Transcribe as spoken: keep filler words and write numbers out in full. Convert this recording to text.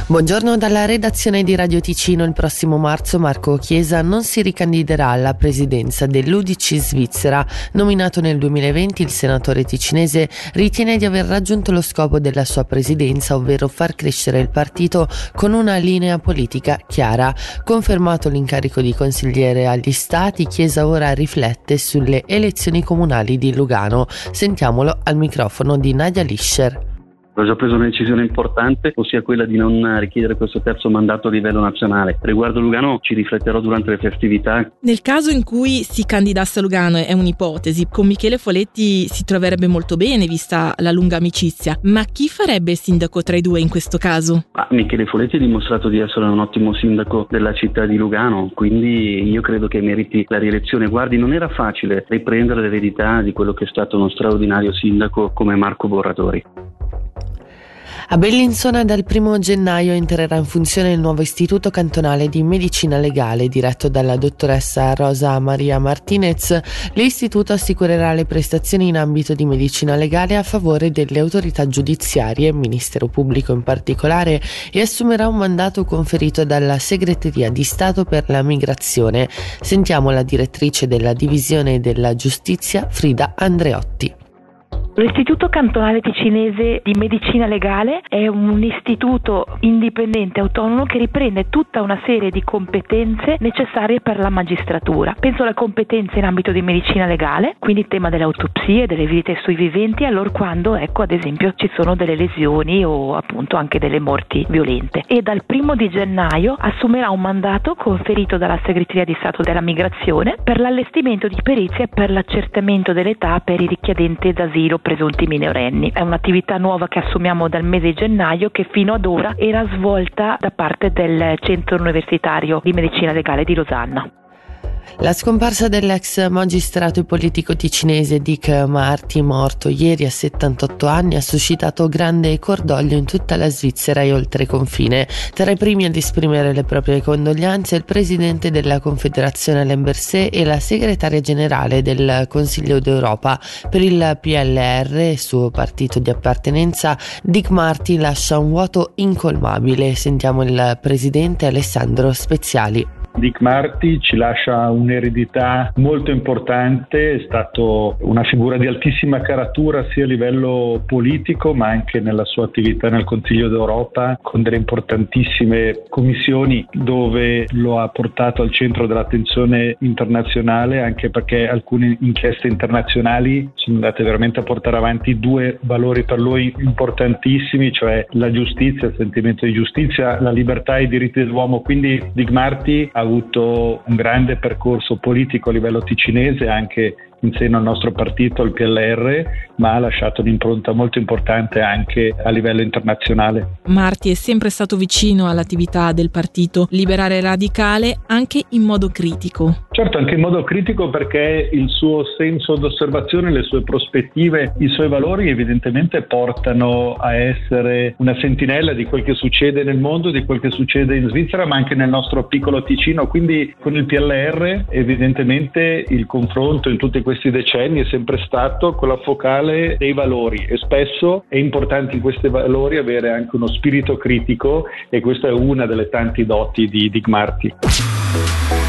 Buongiorno dalla redazione di Radio Ticino. Il prossimo marzo Marco Chiesa non si ricandiderà alla presidenza dell'U D C Svizzera. Nominato nel duemilaventi, il senatore ticinese ritiene di aver raggiunto lo scopo della sua presidenza, ovvero far crescere il partito con una linea politica chiara. Confermato l'incarico di consigliere agli Stati, Chiesa ora riflette sulle elezioni comunali di Lugano. Sentiamolo al microfono di Nadia Lischer. Ho già preso una decisione importante, ossia quella di non richiedere questo terzo mandato a livello nazionale. Riguardo Lugano ci rifletterò durante le festività. Nel caso in cui si candidasse a Lugano, è un'ipotesi, con Michele Foletti si troverebbe molto bene vista la lunga amicizia, ma chi farebbe il sindaco tra i due in questo caso? Ah, Michele Foletti ha dimostrato di essere un ottimo sindaco della città di Lugano, quindi io credo che meriti la rielezione. Guardi, non era facile riprendere l'eredità di quello che è stato uno straordinario sindaco come Marco Borratori. A Bellinzona dal primo gennaio entrerà in funzione il nuovo Istituto Cantonale di Medicina Legale diretto dalla dottoressa Rosa Maria Martinez. L'istituto assicurerà le prestazioni in ambito di medicina legale a favore delle autorità giudiziarie, Ministero Pubblico in particolare, e assumerà un mandato conferito dalla Segreteria di Stato per la Migrazione. Sentiamo la direttrice della Divisione della Giustizia, Frida Andreotti. L'Istituto Cantonale Ticinese di Medicina Legale è un istituto indipendente, autonomo, che riprende tutta una serie di competenze necessarie per la magistratura. Penso alle competenze in ambito di medicina legale, quindi il tema delle autopsie, delle visite sui viventi, allora quando, ecco, ad esempio ci sono delle lesioni o appunto anche delle morti violente. E dal primo di gennaio assumerà un mandato conferito dalla Segreteria di Stato della Migrazione per l'allestimento di perizie per l'accertamento dell'età per i richiedenti d'asilo presunti minorenni. È un'attività nuova che assumiamo dal mese di gennaio, che fino ad ora era svolta da parte del Centro Universitario di Medicina Legale di Losanna. La scomparsa dell'ex magistrato e politico ticinese Dick Marty, morto ieri a settantotto anni, ha suscitato grande cordoglio in tutta la Svizzera e oltre confine. Tra i primi ad esprimere le proprie condoglianze il presidente della Confederazione Lemberse e la segretaria generale del Consiglio d'Europa. Per il P L R, suo partito di appartenenza, Dick Marty lascia un vuoto incolmabile. Sentiamo il presidente Alessandro Speziali. Dick Marty ci lascia un'eredità molto importante, è stato una figura di altissima caratura sia a livello politico ma anche nella sua attività nel Consiglio d'Europa, con delle importantissime commissioni dove lo ha portato al centro dell'attenzione internazionale, anche perché alcune inchieste internazionali sono andate veramente a portare avanti due valori per lui importantissimi, cioè la giustizia, il sentimento di giustizia, la libertà e i diritti dell'uomo. Quindi Dick Marty ha avuto un grande percorso politico a livello ticinese, anche in seno al nostro partito, il P L R, ma ha lasciato un'impronta molto importante anche a livello internazionale. Marty è sempre stato vicino all'attività del partito liberale radicale, anche in modo critico. Certo, anche in modo critico, perché il suo senso d'osservazione, le sue prospettive, i suoi valori evidentemente portano a essere una sentinella di quel che succede nel mondo, di quel che succede in Svizzera, ma anche nel nostro piccolo Ticino. Quindi con il P L R evidentemente il confronto in tutti questi decenni è sempre stato con la focale dei valori, e spesso è importante in questi valori avere anche uno spirito critico, e questa è una delle tante doti di Dick Marty.